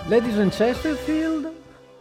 Ladies and Chesterfield,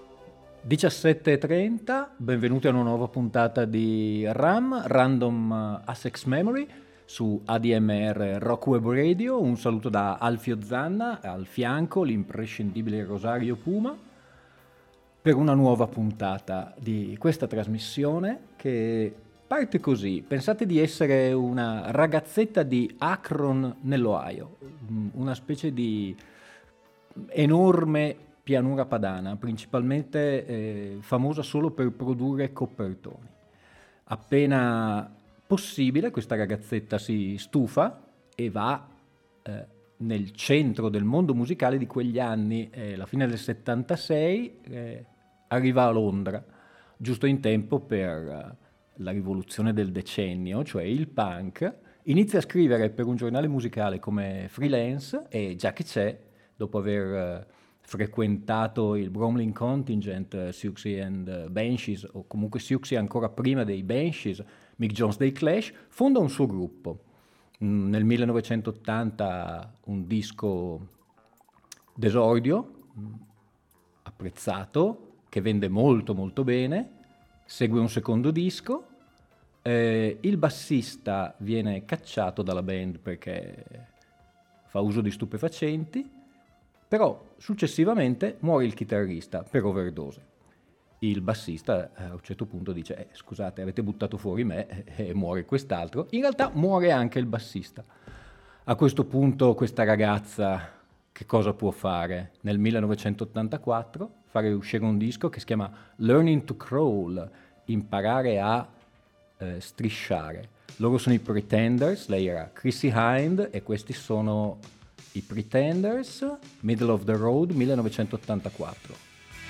17:30, benvenuti a una nuova puntata di RAM, Random Access Memory, su ADMR Rock Web Radio. Un saluto da Alfio Zanna, al fianco l'imprescindibile Rosario Puma, per una nuova puntata di questa trasmissione che parte così. Pensate di essere una ragazzetta di Akron nell'Ohio, una specie di enorme pianura padana, principalmente famosa solo per produrre copertoni. Appena possibile questa ragazzetta si stufa e va nel centro del mondo musicale di quegli anni, la fine del 76, arriva a Londra, giusto in tempo per la rivoluzione del decennio, cioè il punk. Inizia a scrivere per un giornale musicale come freelance e già che c'è, dopo aver frequentato il Bromley Contingent, Siouxsie and Banshees, o comunque Siouxsie ancora prima dei Banshees, Mick Jones dei Clash, fonda un suo gruppo. Nel 1980 un disco d'esordio, apprezzato, che vende molto molto bene, segue un secondo disco, il bassista viene cacciato dalla band perché fa uso di stupefacenti, però successivamente muore il chitarrista per overdose. Il bassista a un certo punto dice scusate, avete buttato fuori me, e muore quest'altro. In realtà muore anche il bassista. A questo punto questa ragazza che cosa può fare? Nel 1984 fare uscire un disco che si chiama Learning to Crawl, imparare a strisciare. Loro sono i Pretenders, lei era Chrissie Hynde e questi sono i Pretenders, Middle of the Road, 1984.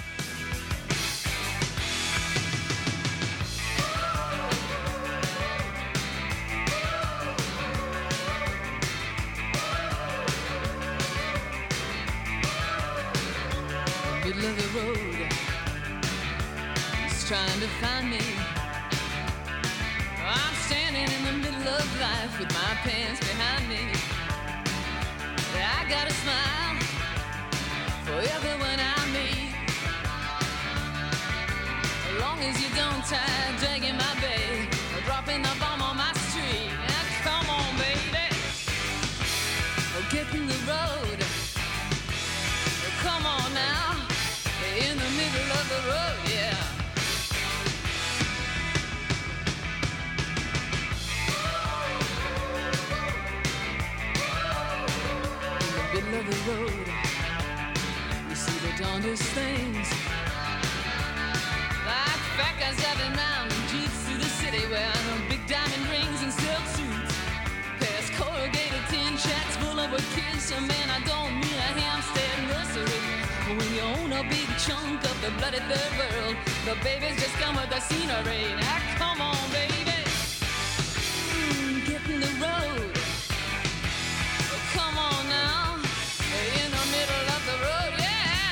Middle of the road, he's trying to find me. I'm standing in the middle of life with my pants behind me. I got a smile for everyone I meet, as long as you don't try dragging my bag or dropping the bomb on my street. Now, come on, baby, get in the road. Come on now, in the middle of the road, yeah. Middle of the road, you see the darndest things, like fat guys driving round in jeeps through the city wearing big diamond rings and silk suits, past corrugated tin shacks full of kids. So man, I don't mean a Hampstead nursery. When you own a big chunk of the bloody third world, the babies just come with the scenery. Now come on, baby, get in the road. Come on now, in the middle of the road, yeah.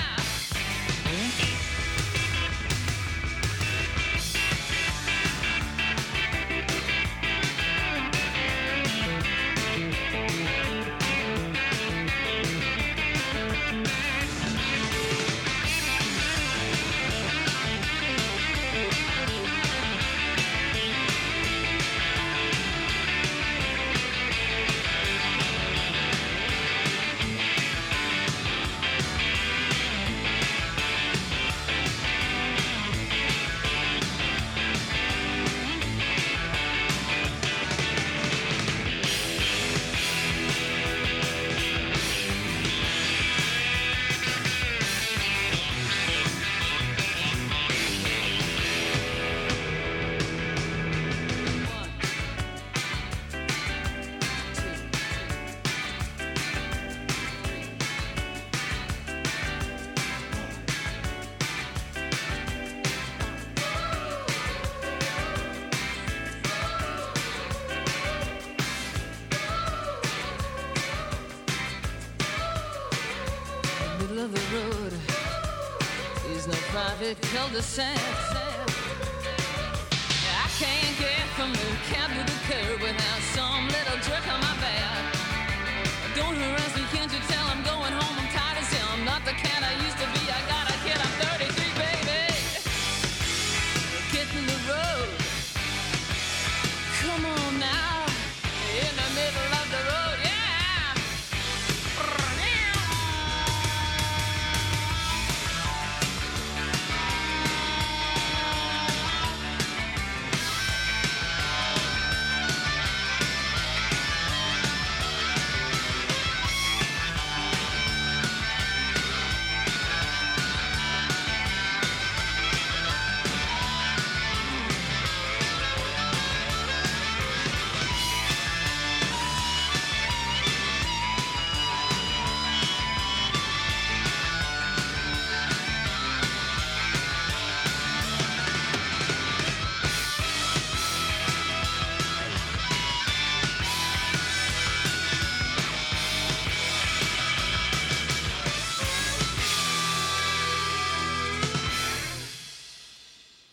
Of the road is no private cul-de-sac. I can't get from the cab to the curb without some little jerk on my back. Don't harass me, can't you tell I'm going home? I'm tired as hell, I'm not the cat I used to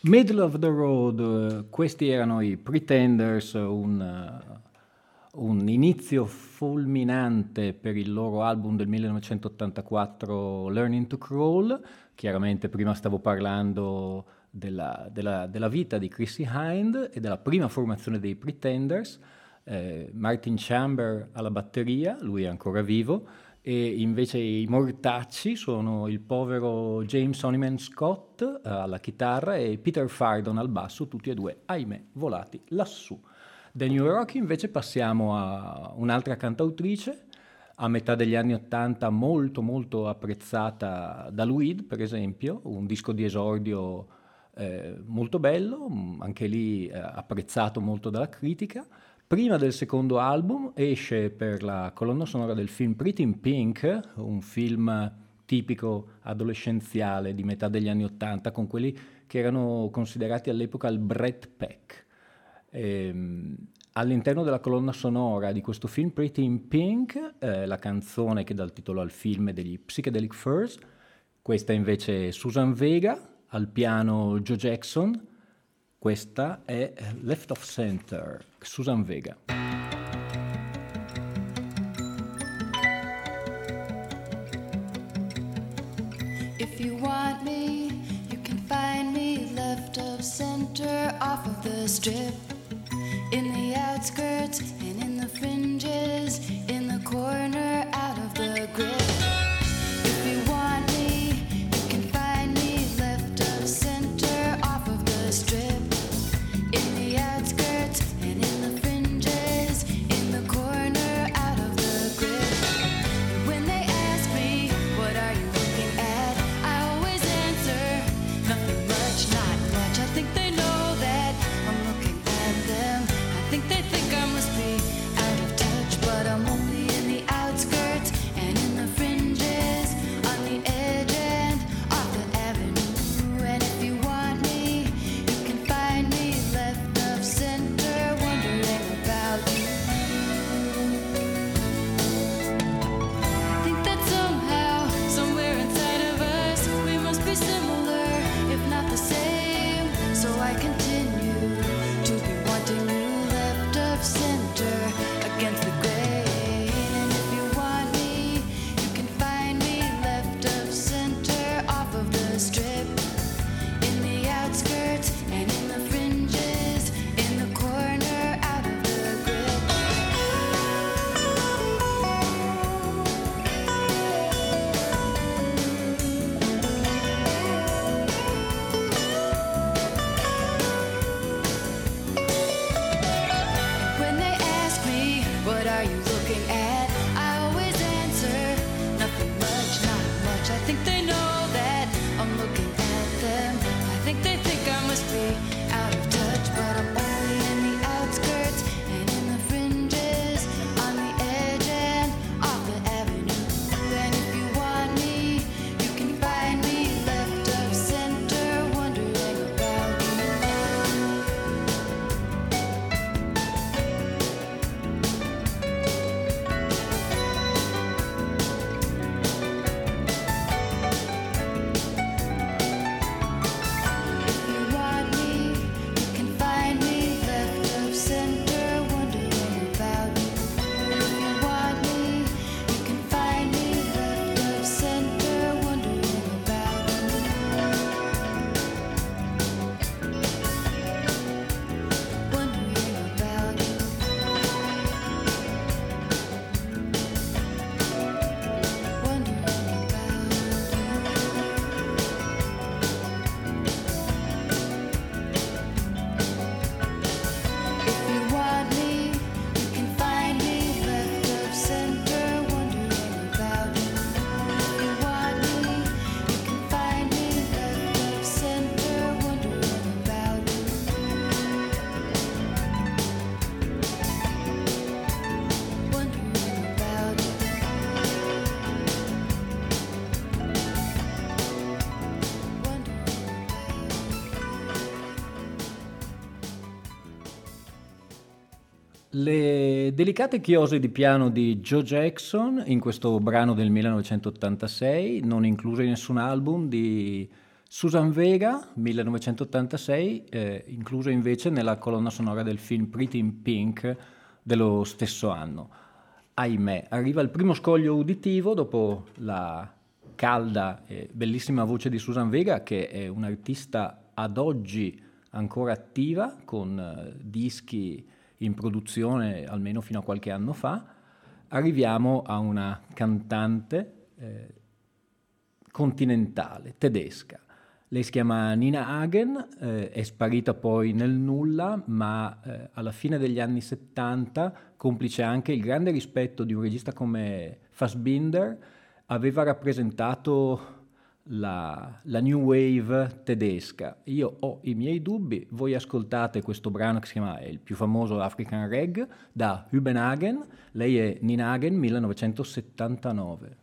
Middle of the Road, questi erano i Pretenders, un inizio fulminante per il loro album del 1984 Learning to Crawl. Chiaramente prima stavo parlando della vita di Chrissie Hynde e della prima formazione dei Pretenders. Martin Chamber alla batteria, lui è ancora vivo, e invece i mortacci sono il povero James Honeyman Scott alla chitarra e Peter Fardon al basso, tutti e due, ahimè, volati lassù. Da New York invece passiamo a un'altra cantautrice, a metà degli anni '80 molto molto apprezzata da Lou Reed, per esempio, un disco di esordio molto bello, anche lì apprezzato molto dalla critica. Prima del secondo album esce per la colonna sonora del film Pretty in Pink, un film tipico adolescenziale di metà degli anni '80 con quelli che erano considerati all'epoca il Brat Pack. All'interno della colonna sonora di questo film Pretty in Pink, la canzone che dà il titolo al film è degli Psychedelic Furs, questa invece è Susan Vega, al piano Joe Jackson, questa è Left of Center, Susan Vega. If you want me, you can find me left of center off of the strip, in the outskirts and in the fringes, in the corner out of the grip. If you want me, you can find me left of center off of the strip, in the outskirts and in the fringes, in the corner out of the grip. And when they ask me, what are you looking at? I always answer, nothing much, not much. I think they know that I'm looking at them. I think they think I must be out of touch, but I'm only in the outskirts and in the fringes, on the edge and off the avenue. And if you want me, you can find me left of center, wondering about you. I think that somehow, somewhere inside of us, we must be similar, if not the same. So I continue to be wanting you left of center against the grain. And if you want me, you can find me left of center off of the strip, in the outskirts and in the fringes, in the corner out of the grip. When they ask me, what are you looking at? I always answer, nothing much, not much. I think they know that I'm looking at them. I think they think I must be out of touch, but I'm only in the outskirts and in the fringes, on the edge and off the avenue. And if you want me, you can find me left of center, wondering about you. If you want me, you can find me left of center, wondering about you. If you want me, you can find me left of center, wondering about you. Wondering about you. Wondering about you. If you want me, you can find me left of center, wondering about you. If you want me, you can find me left of center, wondering about you. Wondering about you. Le delicate chiose di piano di Joe Jackson in questo brano del 1986, non incluse in nessun album di Susan Vega, 1986, incluso invece nella colonna sonora del film Pretty in Pink dello stesso anno. Ahimè, arriva il primo scoglio uditivo dopo la calda e bellissima voce di Susan Vega, che è un'artista ad oggi ancora attiva, con dischi in produzione almeno fino a qualche anno fa. Arriviamo a una cantante continentale, tedesca. Lei si chiama Nina Hagen, è sparita poi nel nulla, ma alla fine degli anni 70, complice anche il grande rispetto di un regista come Fassbinder, aveva rappresentato la New Wave tedesca. Io ho i miei dubbi, voi ascoltate questo brano che si chiama, è il più famoso African Reg, da Hubenhagen. Lei è Nina Hagen, 1979.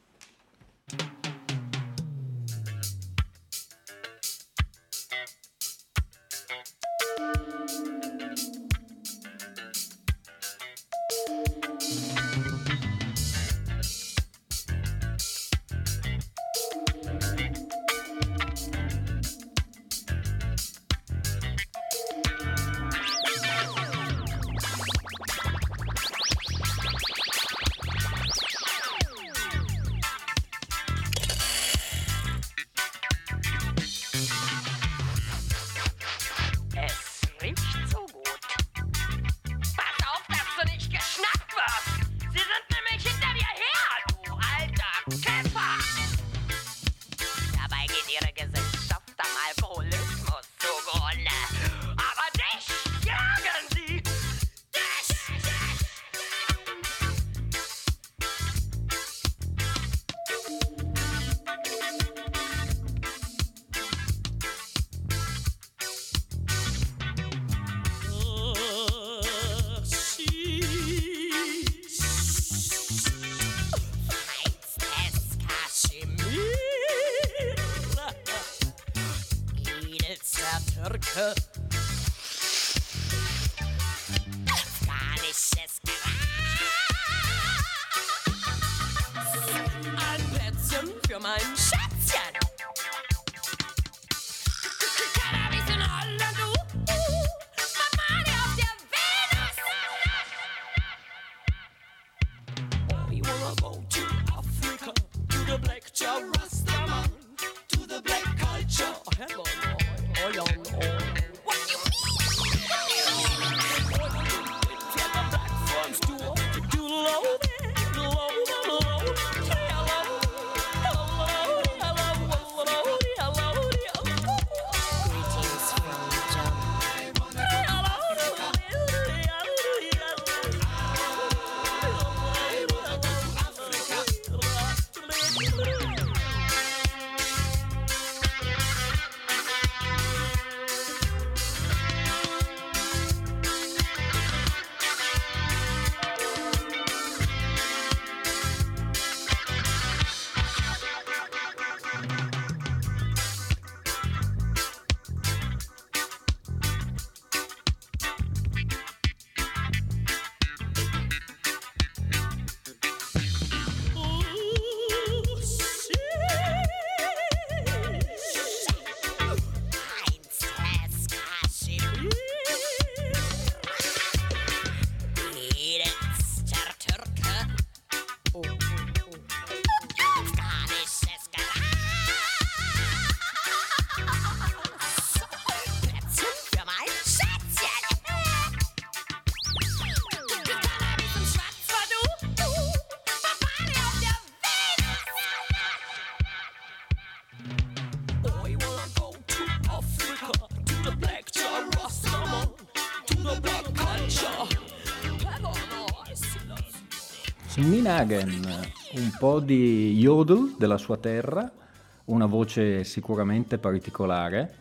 Nina Hagen, un po' di yodel della sua terra, una voce sicuramente particolare.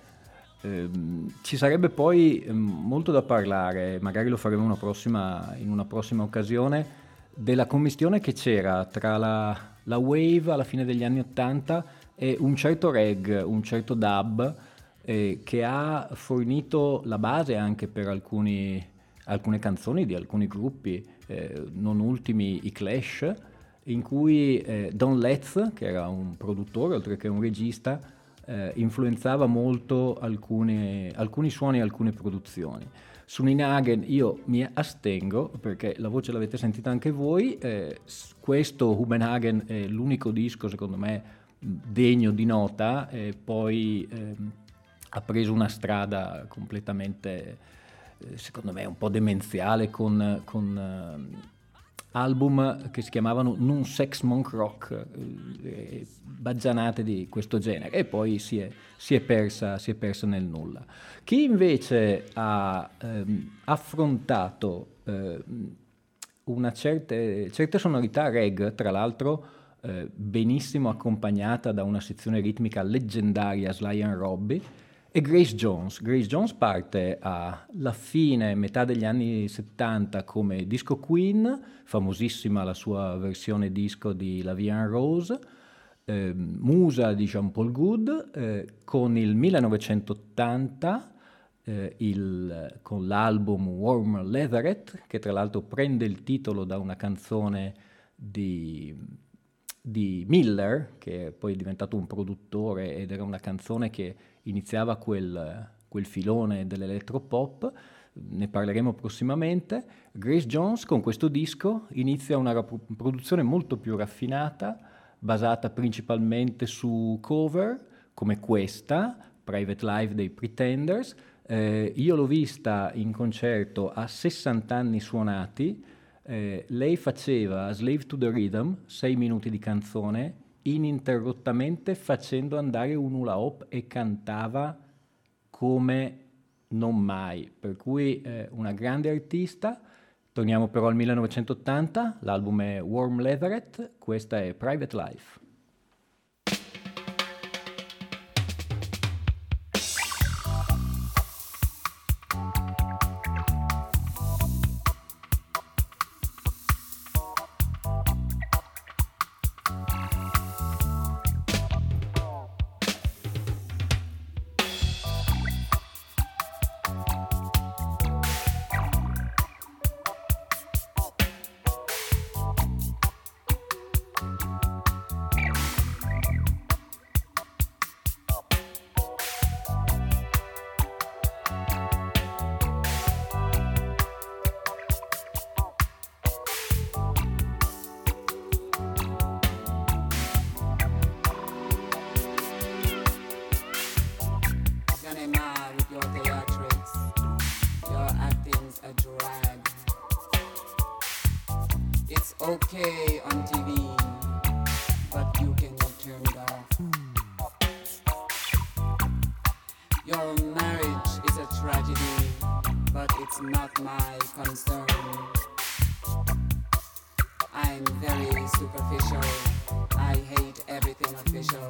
Ci sarebbe poi molto da parlare, magari lo faremo in una prossima occasione, della commistione che c'era tra la wave alla fine degli anni '80 e un certo reg, un certo dub, che ha fornito la base anche per alcune canzoni di alcuni gruppi, non ultimi i Clash, in cui Don Letts, che era un produttore oltre che un regista, influenzava molto alcuni suoni e alcune produzioni. Su Nina Hagen io mi astengo perché la voce l'avete sentita anche voi, questo Copenhagen è l'unico disco secondo me degno di nota, e poi ha preso una strada completamente secondo me un po' demenziale con album che si chiamavano Non Sex Monk Rock, baggianate di questo genere, e poi si è persa nel nulla. Chi invece ha affrontato certe sonorità reg, tra l'altro benissimo accompagnata da una sezione ritmica leggendaria, Sly and Robbie, e Grace Jones. Grace Jones parte alla fine, metà degli anni 70 come disco queen, famosissima la sua versione disco di La Vie en Rose, musa di Jean-Paul Goud, con il 1980 con l'album Warm Leatherette, che tra l'altro prende il titolo da una canzone di Miller, che poi è diventato un produttore, ed era una canzone che iniziava quel filone dell'elettropop. Ne parleremo prossimamente. Grace Jones con questo disco inizia una produzione molto più raffinata, basata principalmente su cover come questa, Private Life dei Pretenders. Io l'ho vista in concerto a 60 anni suonati. Lei faceva Slave to the Rhythm, 6 minuti di canzone, ininterrottamente facendo andare un hula hoop, e cantava come non mai, per cui una grande artista. Torniamo però al 1980, l'album è Warm Leatherette, questa è Private Life. Okay on TV, but you can turn it off. Your marriage is a tragedy, but it's not my concern. I'm very superficial. I hate everything official.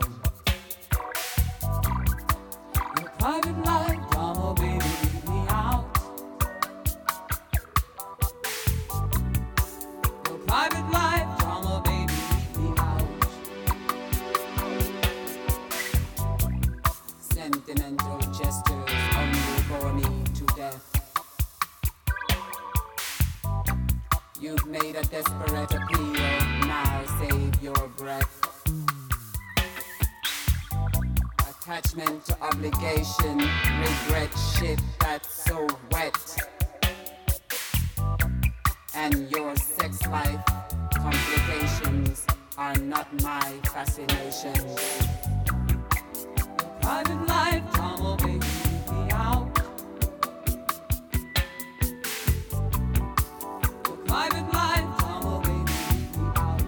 Your private life drama, baby, leave me out. Private life drama, baby, leave me out. Sentimental gestures only bore me to death. You've made a desperate appeal, now save your breath. Attachment to obligation, regret shit that's so wet. And your sex life complications are not my fascination. Private life drama, baby, leave me out. Private life drama, baby, leave me out.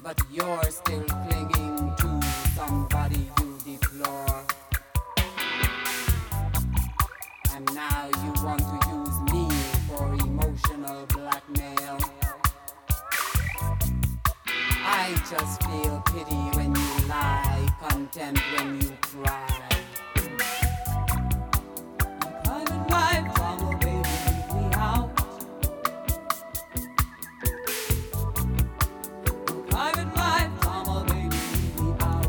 but you're still clinging to somebody you deplore. And now you want to use me for emotional blackmail. I just feel pity when you lie, content when you cry. Private wife, drama, baby, leave me out. Private life, drama, baby, leave me out.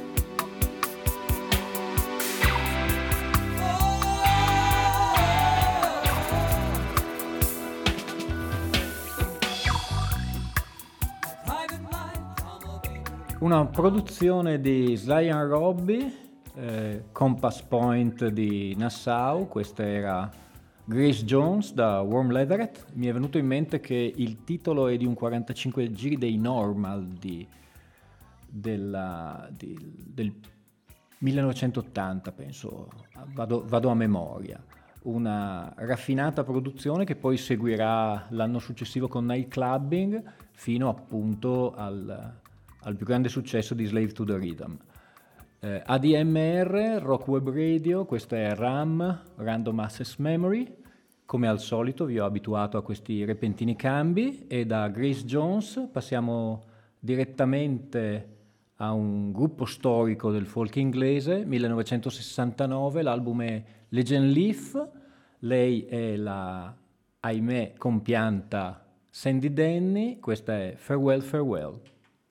Private life, drama, baby. Una produzione di Sly and Robbie, Compass Point di Nassau. Questa era Grace Jones da Warm Leatherette. Mi è venuto in mente che il titolo è di un 45 giri dei Normal del 1980, penso, vado a memoria. Una raffinata produzione che poi seguirà l'anno successivo con Night Clubbing fino appunto al più grande successo di Slave to the Rhythm. ADMR, Rock Web Radio, questa è RAM, Random Access Memory. Come al solito vi ho abituato a questi repentini cambi e da Grace Jones passiamo direttamente a un gruppo storico del folk inglese, 1969, l'album è Legend Leaf, lei è la, ahimè, compianta Sandy Denny, questa è Farewell Farewell.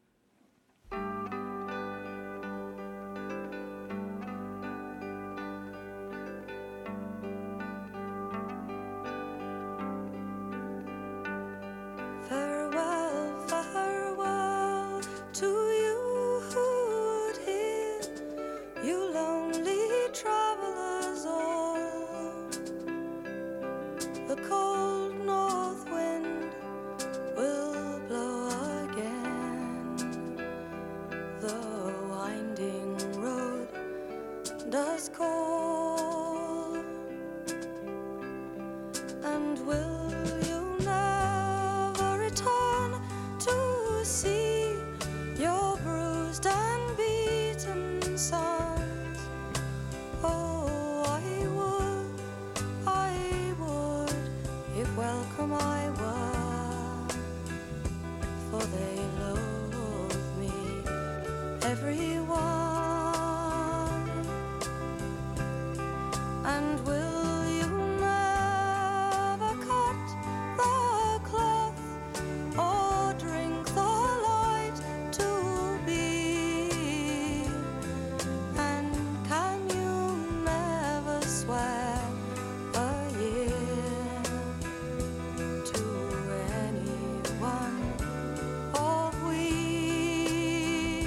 Farewell, farewell to you who'd hear, you lonely travelers all. The cold north wind will blow again. The winding road does call. And will you never return to see your bruised and beaten sons? Oh, I would, if welcome I were, for they loathe me, everyone. And will you never cut the cloth or drink the light to be? And can you never swear a year to anyone of we?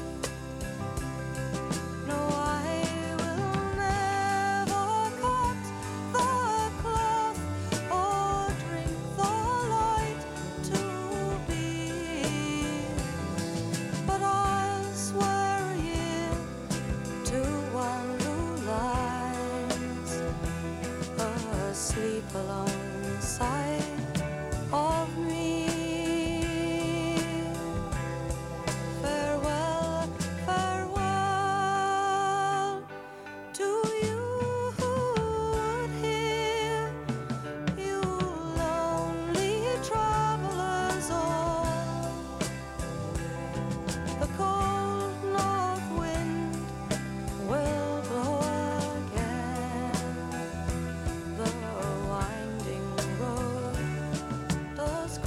No, I will never cut the cloth or drink the light to be, but I'll swear a year to one who lies asleep alongside of me. Farewell, farewell to you who'd hear, you lonely travelers all. The cold north wind will blow again. The winding road does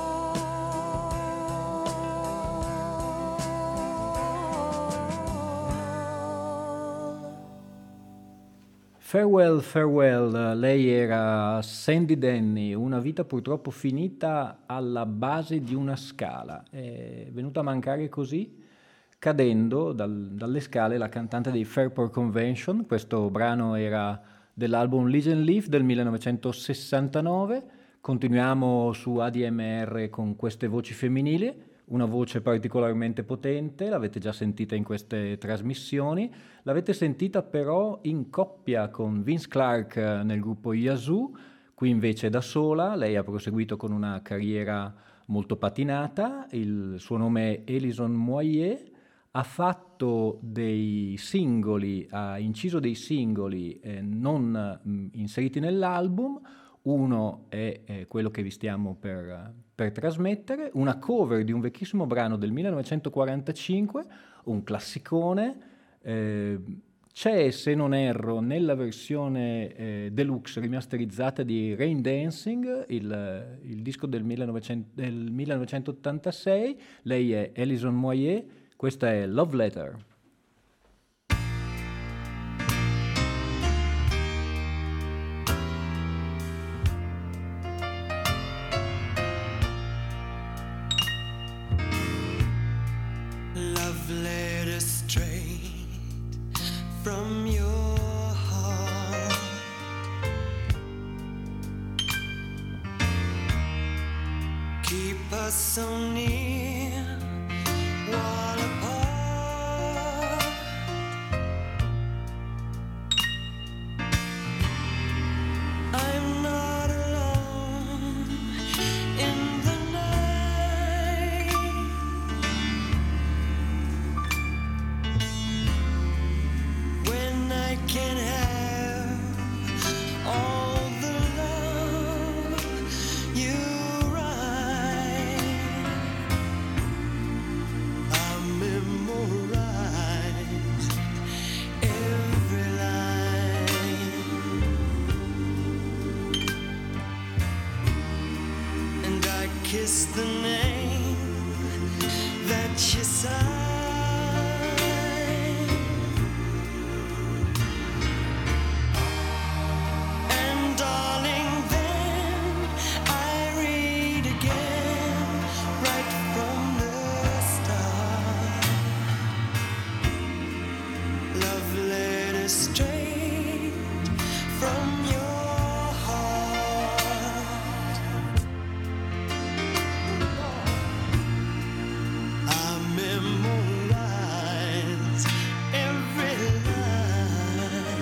call. Farewell, farewell, lei era Sandy Denny, una vita purtroppo finita alla base di una scala, è venuta a mancare così, cadendo dalle scale la cantante dei Fairport Convention. Questo brano era dell'album Legend Leaf del 1969, continuiamo su ADMR con queste voci femminili, una voce particolarmente potente, l'avete già sentita in queste trasmissioni, l'avete sentita però in coppia con Vince Clarke nel gruppo Yazoo, qui invece da sola. Lei ha proseguito con una carriera molto patinata. Il suo nome è Alison Moyet. Ha fatto dei singoli, ha inciso dei singoli non inseriti nell'album. Uno è quello che vi stiamo per trasmettere, una cover di un vecchissimo brano del 1945, un classicone. C'è, se non erro, nella versione deluxe rimasterizzata di Rain Dancing, il disco del 1986. Lei è Alison Moyet, questa è Love Letter. Love letter straight from your heart. Keep us so near while apart. I'm not alone in the night. When I can have all the love you write, I memorize every line, and I kiss the name that you sign. And darling, then I read again, right from the start. Love letter straight from your heart. I memorize every line,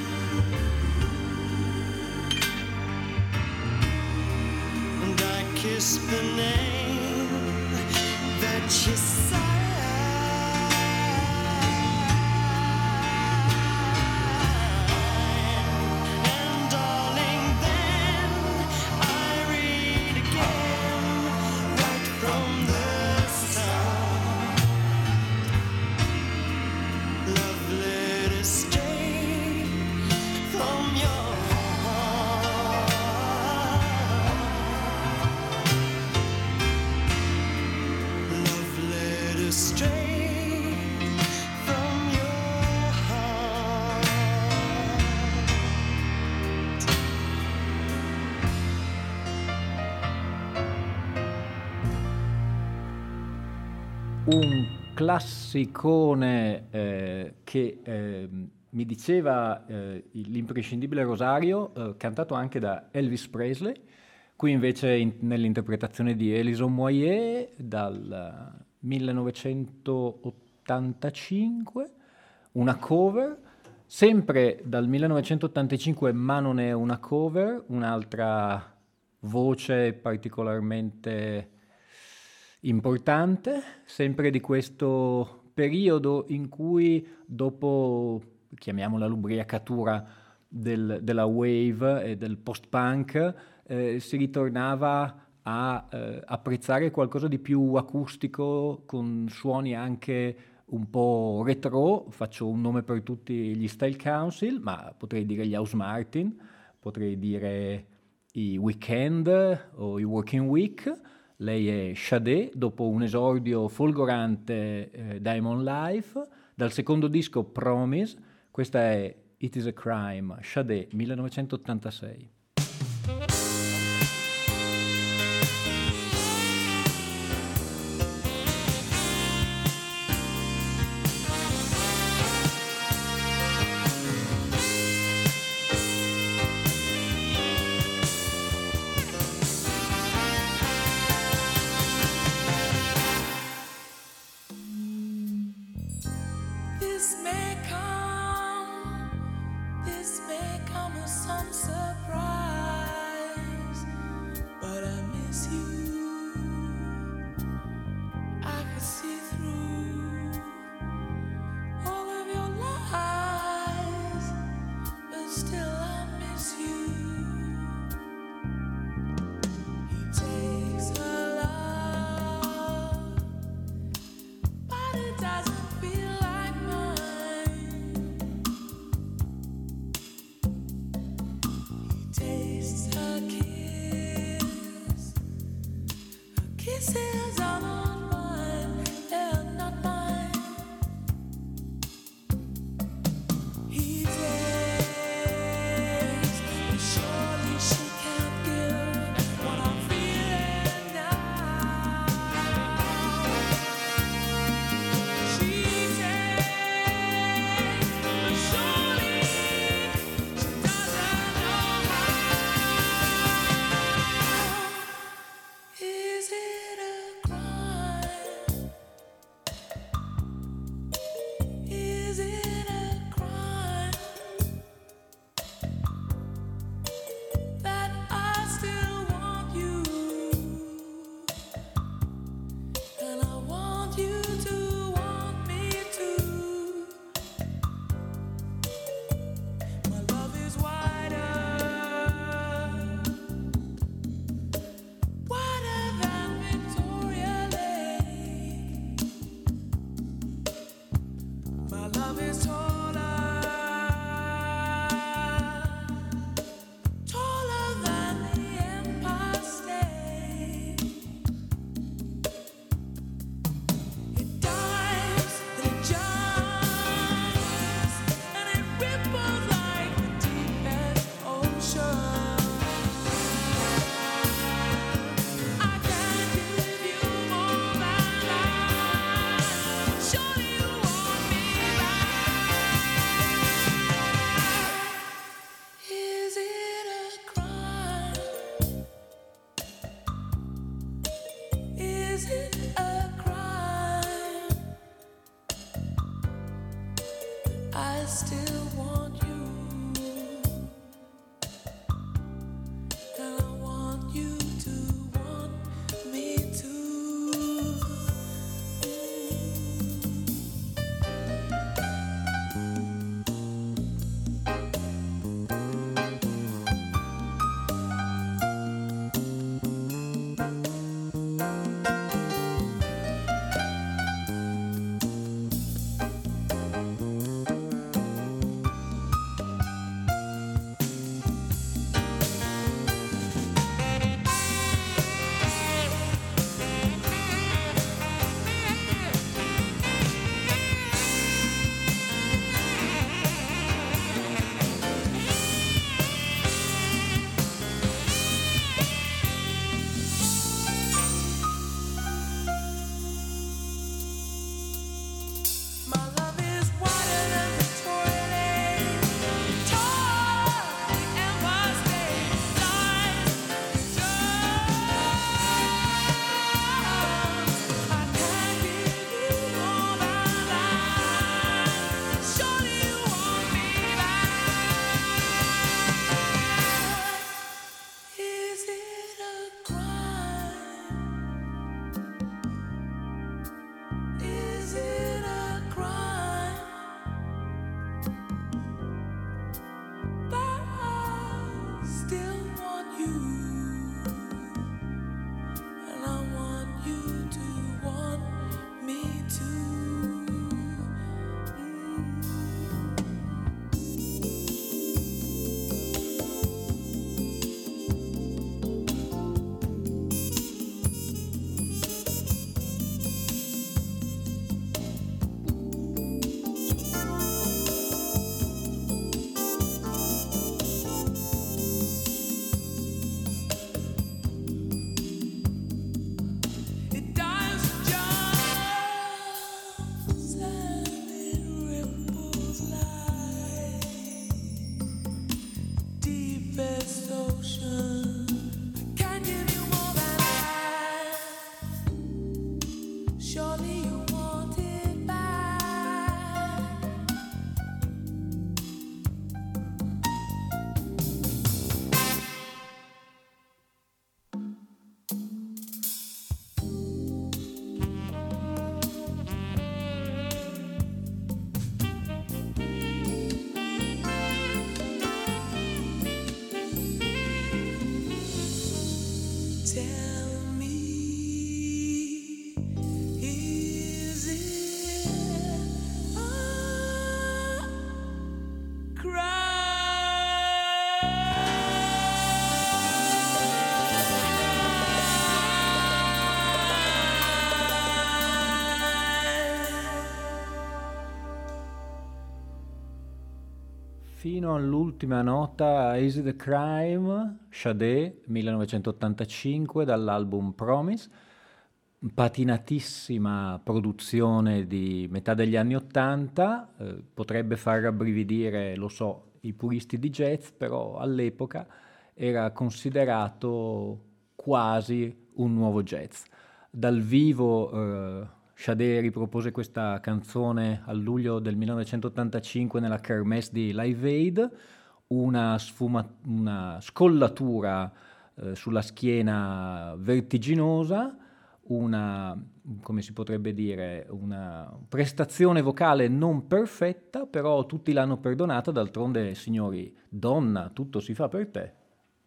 and I kiss the name that you sign. And darling, then I read again, right from the start. Love letter straight from your heart. Love letter straight from your heart. Un classicone che mi diceva l'imprescindibile Rosario, cantato anche da Elvis Presley. Qui invece nell'interpretazione di Alison Moyet dal 1985, una cover, sempre dal 1985, ma non è una cover, un'altra voce particolarmente importante, sempre di questo periodo in cui, dopo, chiamiamola l'ubriacatura della wave e del post-punk, si ritornava a apprezzare qualcosa di più acustico, con suoni anche un po' retro. Faccio un nome per tutti gli Style Council, ma potrei dire gli House Martin, potrei dire i Weekend o i Working Week. Lei è Sade, dopo un esordio folgorante Diamond Life, dal secondo disco Promise. Questa è It Is a Crime, Sade, 1986. This may come as some surprise. Pieces are not mine, they're not mine. He takes, but surely she can't give what I'm feeling now. She takes, but surely she doesn't know how. Is it a crime? Is it a crime that I still want you and I want you to want me too? My love is wider than Victoria Lake. My love is taller than the Empire State. It dives and it jumps and it ripples like the deepest ocean. I can't give you more than that. Surely you want me back. Is it a crime? Is it a crime? I still want you, and I want you to want me too. My love is wider than Victoria Lake, taller than the Empire State. Dives, jumps. I can't give you more than that. Surely you want me back. Is it a crime? Is it a crime that I still want you and I want you to want me too? It dives, jumps, and it ripples like deepest ocean. I can't give you more than that. Surely you want it back. Tell me, fino all'ultima nota Is It a Crime, Sade, 1985, dall'album Promise, patinatissima produzione di metà degli anni 80, potrebbe far rabbrividire, lo so, i puristi di jazz, però all'epoca era considerato quasi un nuovo jazz. Dal vivo Sade ripropose questa canzone a luglio del 1985 nella Kermesse di Live Aid, una scollatura sulla schiena vertiginosa, come si potrebbe dire, una prestazione vocale non perfetta, però tutti l'hanno perdonata, d'altronde, signori, donna, tutto si fa per te.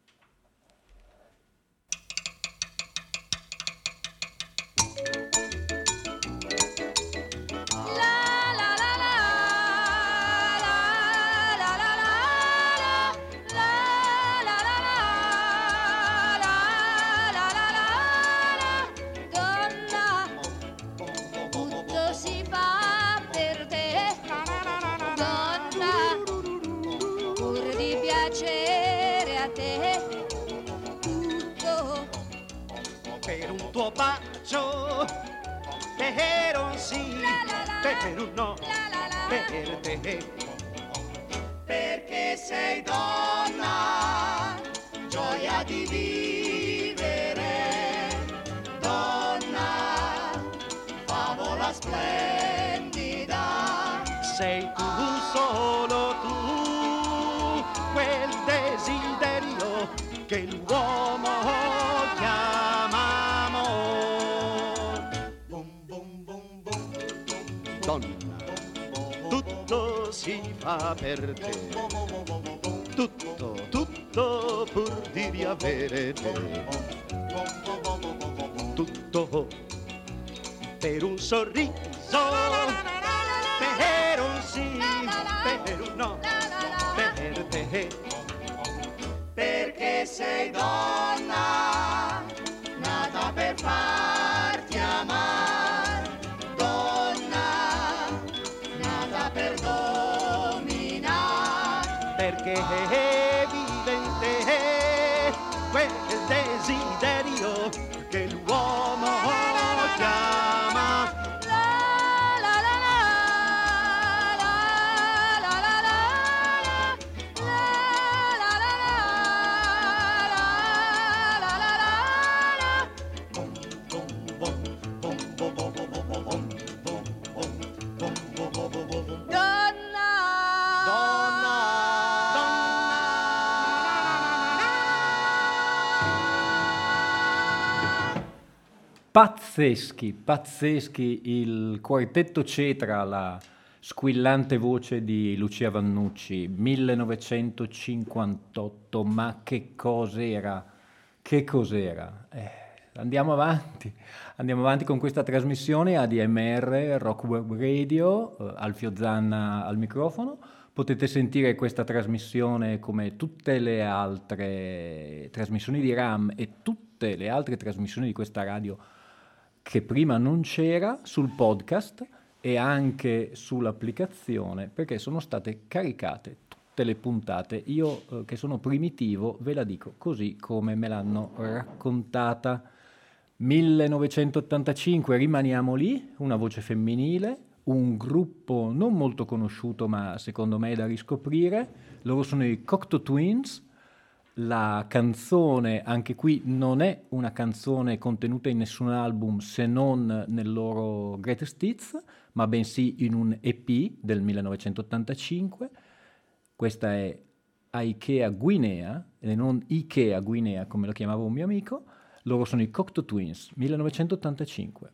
Per un tuo bacio, per un sì, per un no, per te. Perché sei donna, gioia di vivere, donna, favola splendida. Sei tu, solo tu, quel desiderio che l'uomo chiama amor. Donna, tutto si fa per te, tutto pur di riavere te, tutto per un sorriso, per un sì, per un no, per te. Perché sei donna, nata per farti amare, donna, nata per dominare. Perché vive in te quel desiderio che l'uomo chiama. Pazzeschi il quartetto Cetra, la squillante voce di Lucia Vannucci, 1958, ma che cos'era? Andiamo avanti con questa trasmissione ADMR Rock Web Radio, Alfio Zanna al microfono. Potete sentire questa trasmissione come tutte le altre trasmissioni di RAM e tutte le altre trasmissioni di questa radio che prima non c'era, sul podcast e anche sull'applicazione, perché sono state caricate tutte le puntate. Io che sono primitivo ve la dico così come me l'hanno raccontata. 1985, rimaniamo lì, una voce femminile, un gruppo non molto conosciuto ma secondo me è da riscoprire. Loro sono i Cocteau Twins. La canzone, anche qui, non è una canzone contenuta in nessun album se non nel loro Greatest Hits, ma bensì in un EP del 1985. Questa è Aikea Guinea, e non Ikea Guinea come lo chiamava un mio amico. Loro sono i Cocteau Twins, 1985.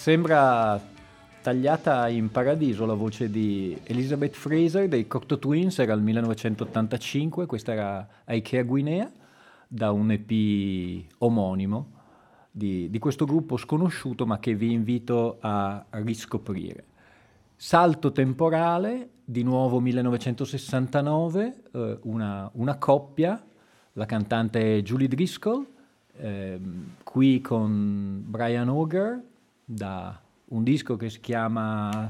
Sembra tagliata in paradiso la voce di Elizabeth Fraser dei Cocteau Twins, era il 1985, questa era Aikea Guinea, da un EP omonimo di questo gruppo sconosciuto ma che vi invito a riscoprire. Salto temporale, di nuovo 1969, una coppia, la cantante Julie Driscoll, qui con Brian Auger, da un disco che si chiama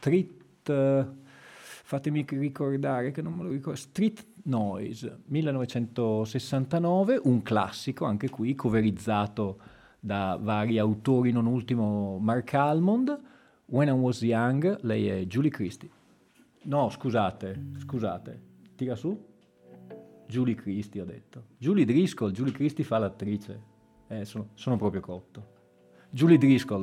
fatemi ricordare che non me lo ricordo, Street Noise, 1969, un classico anche qui, coverizzato da vari autori, non ultimo Mark Almond. When I Was Young, lei è Julie Christie. No, scusate, tira su. Julie Christie ho detto. Julie Driscoll, Julie Christie fa l'attrice. Sono proprio cotto. Julie Driscoll.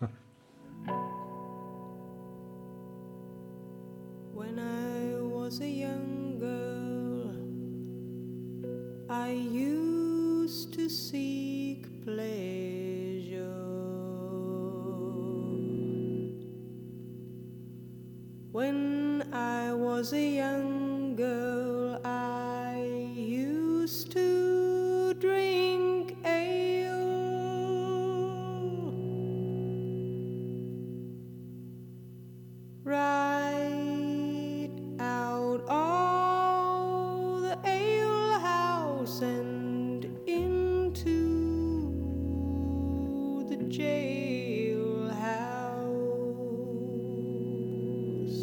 When I was a young girl, I used to seek pleasure. When I was a young girl, I used to drink ale. Right out of the ale house and into the jail house.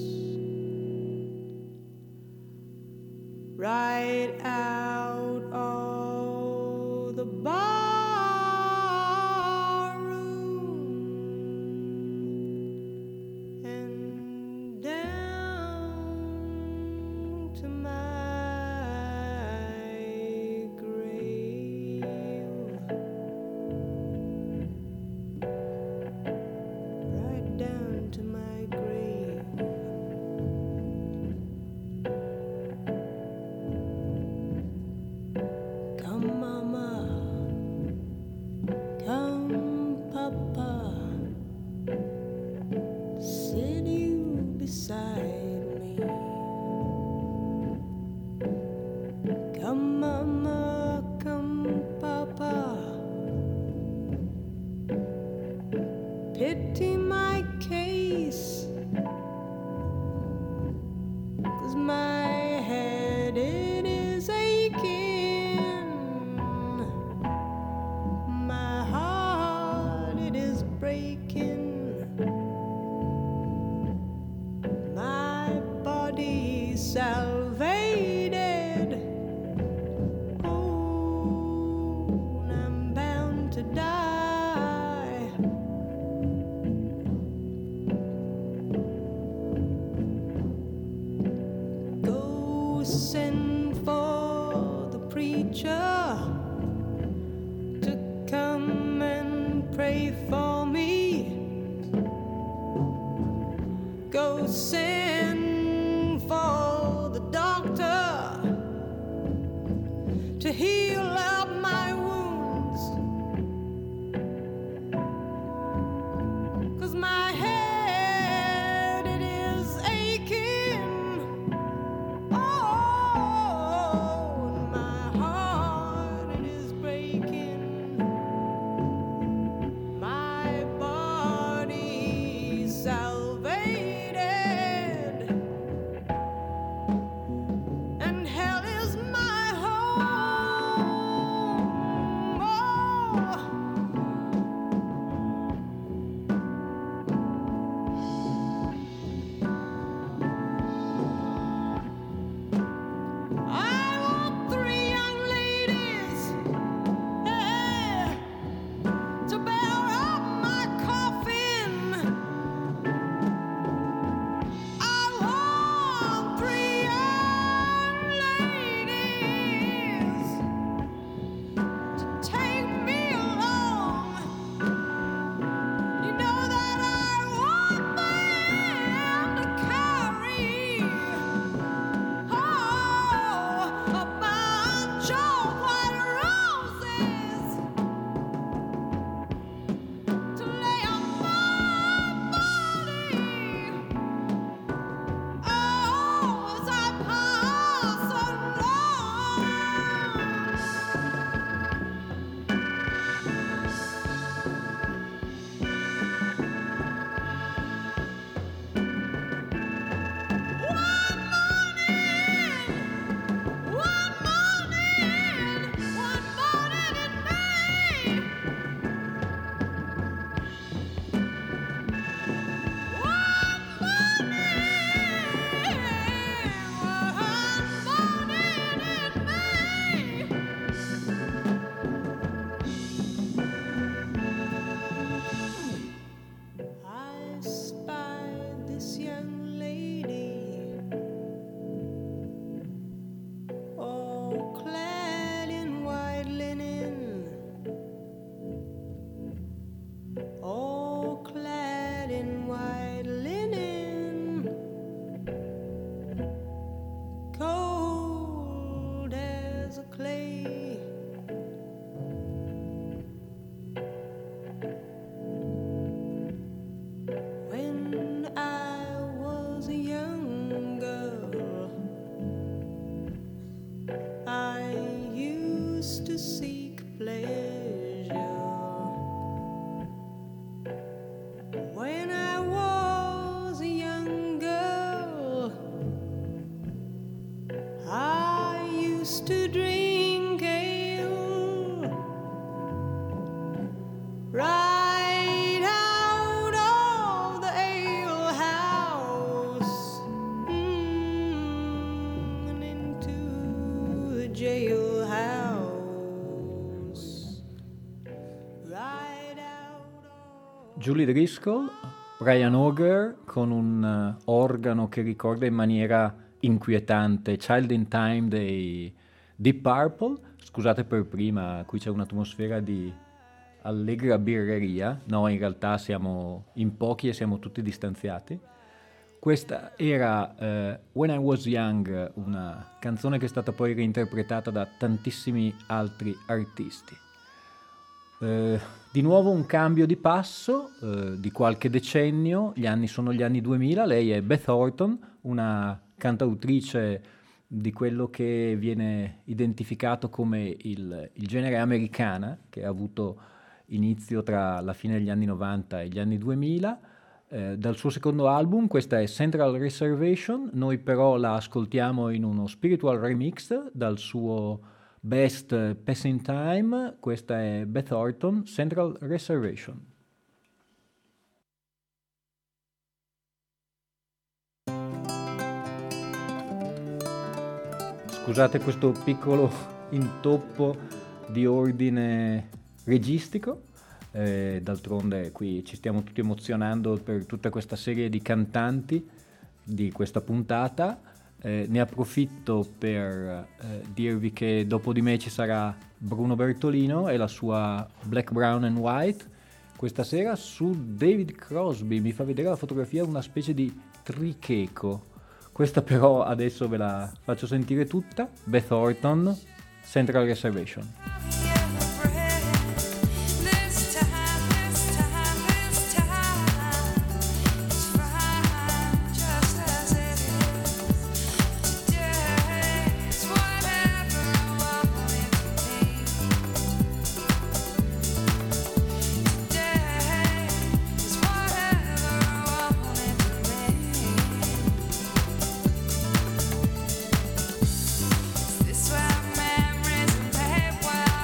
Right out of the bar room and down to my grave. Right down to my grave. Come, mama, come, papa, sit you beside me. Come, mama, come, papa, pity my case, 'cause my head it is aching, my heart it is breaking, my body salvated. Oh, and I'm bound to die. Go send for the preacher to come and pray for me. Go send for the doctor to heal up my wounds, 'cause my head it is aching. Oh, and my heart it is breaking. My body salvated. Julie Driscoll, Brian Auger con un organo che ricorda in maniera inquietante Child in Time dei Deep Purple. Scusate per prima, qui c'è un'atmosfera di allegra birreria. No, in realtà siamo in pochi e siamo tutti distanziati. Questa era When I Was Young, una canzone che è stata poi reinterpretata da tantissimi altri artisti. Di nuovo un cambio di passo di qualche decennio, gli anni sono gli anni 2000, lei è Beth Orton, una cantautrice di quello che viene identificato come il genere americana, che ha avuto inizio tra la fine degli anni 90 e gli anni 2000. Dal suo secondo album, questa è Central Reservation, noi però la ascoltiamo in uno spiritual remix dal suo Best Passing Time. Questa è Beth Orton, Central Reservation. Scusate questo piccolo intoppo di ordine registico. D'altronde qui ci stiamo tutti emozionando per tutta questa serie di cantanti di questa puntata. Ne approfitto per dirvi che dopo di me ci sarà Bruno Bertolino e la sua Black, Brown and White questa sera su David Crosby. Mi fa vedere la fotografia una specie di tricheco. Questa però adesso ve la faccio sentire tutta. Beth Orton, Central Reservation. This where memories and paper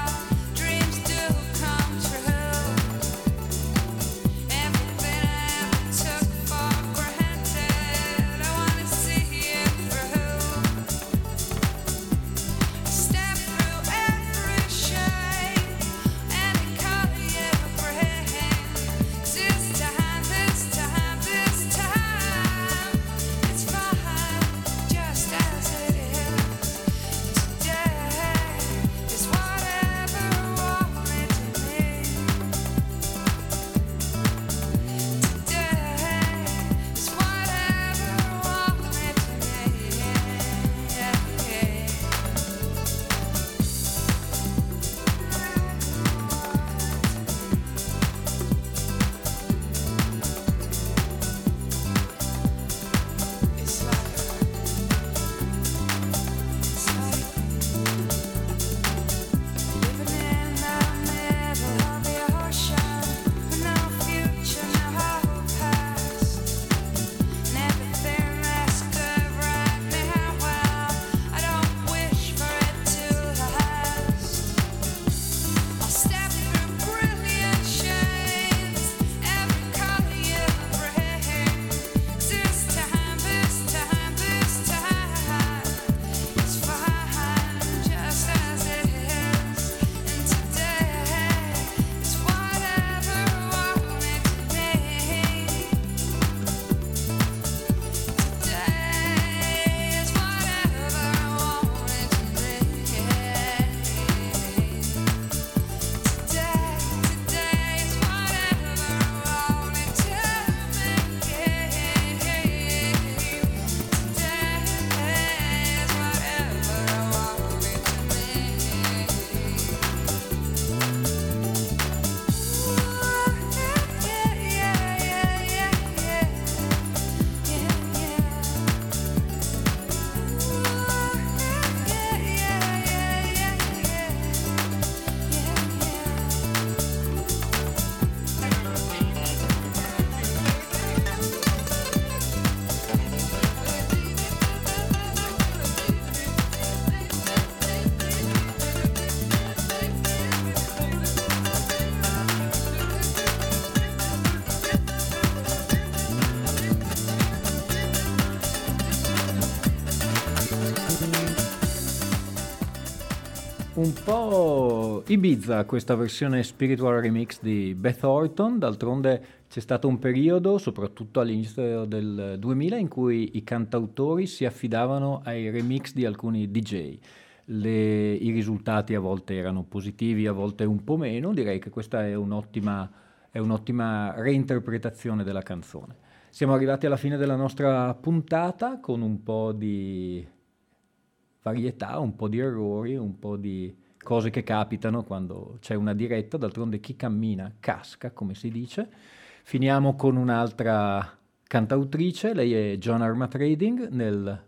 Un po' Ibiza questa versione spiritual remix di Beth Orton. D'altronde c'è stato un periodo, soprattutto all'inizio del 2000, in cui i cantautori si affidavano ai remix di alcuni DJ. I risultati a volte erano positivi, a volte un po' meno. Direi che questa è un'ottima reinterpretazione della canzone. Siamo arrivati alla fine della nostra puntata con un po' di varietà, un po' di errori, un po' di cose che capitano quando c'è una diretta. D'altronde chi cammina casca, come si dice. Finiamo con un'altra cantautrice, lei è Joan Armatrading nel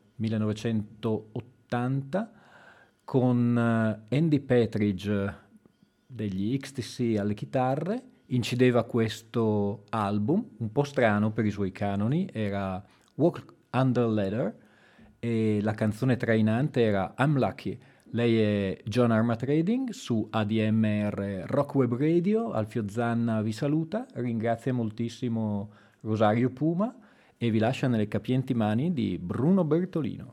1980 con Andy Petridge degli XTC alle chitarre. Incideva questo album, un po' strano per i suoi canoni, era Walk Under Leather, e la canzone trainante era I'm Lucky. Lei è Joan Armatrading su ADMR Rock Web Radio. Alfio Zanna vi saluta, ringrazia moltissimo Rosario Puma e vi lascia nelle capienti mani di Bruno Bertolino.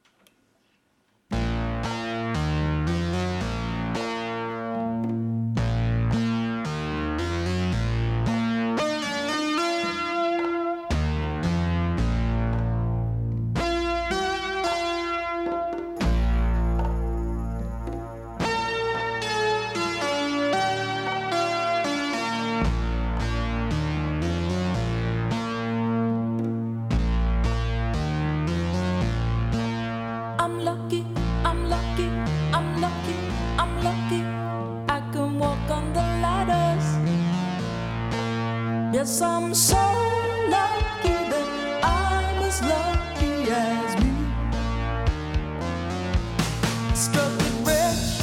Yes, I'm so lucky that I'm as lucky as me. Struck it rich,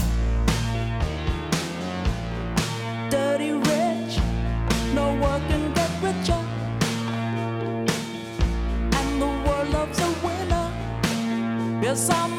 dirty rich, no one can get richer. And the world loves a winner. Yes, I'm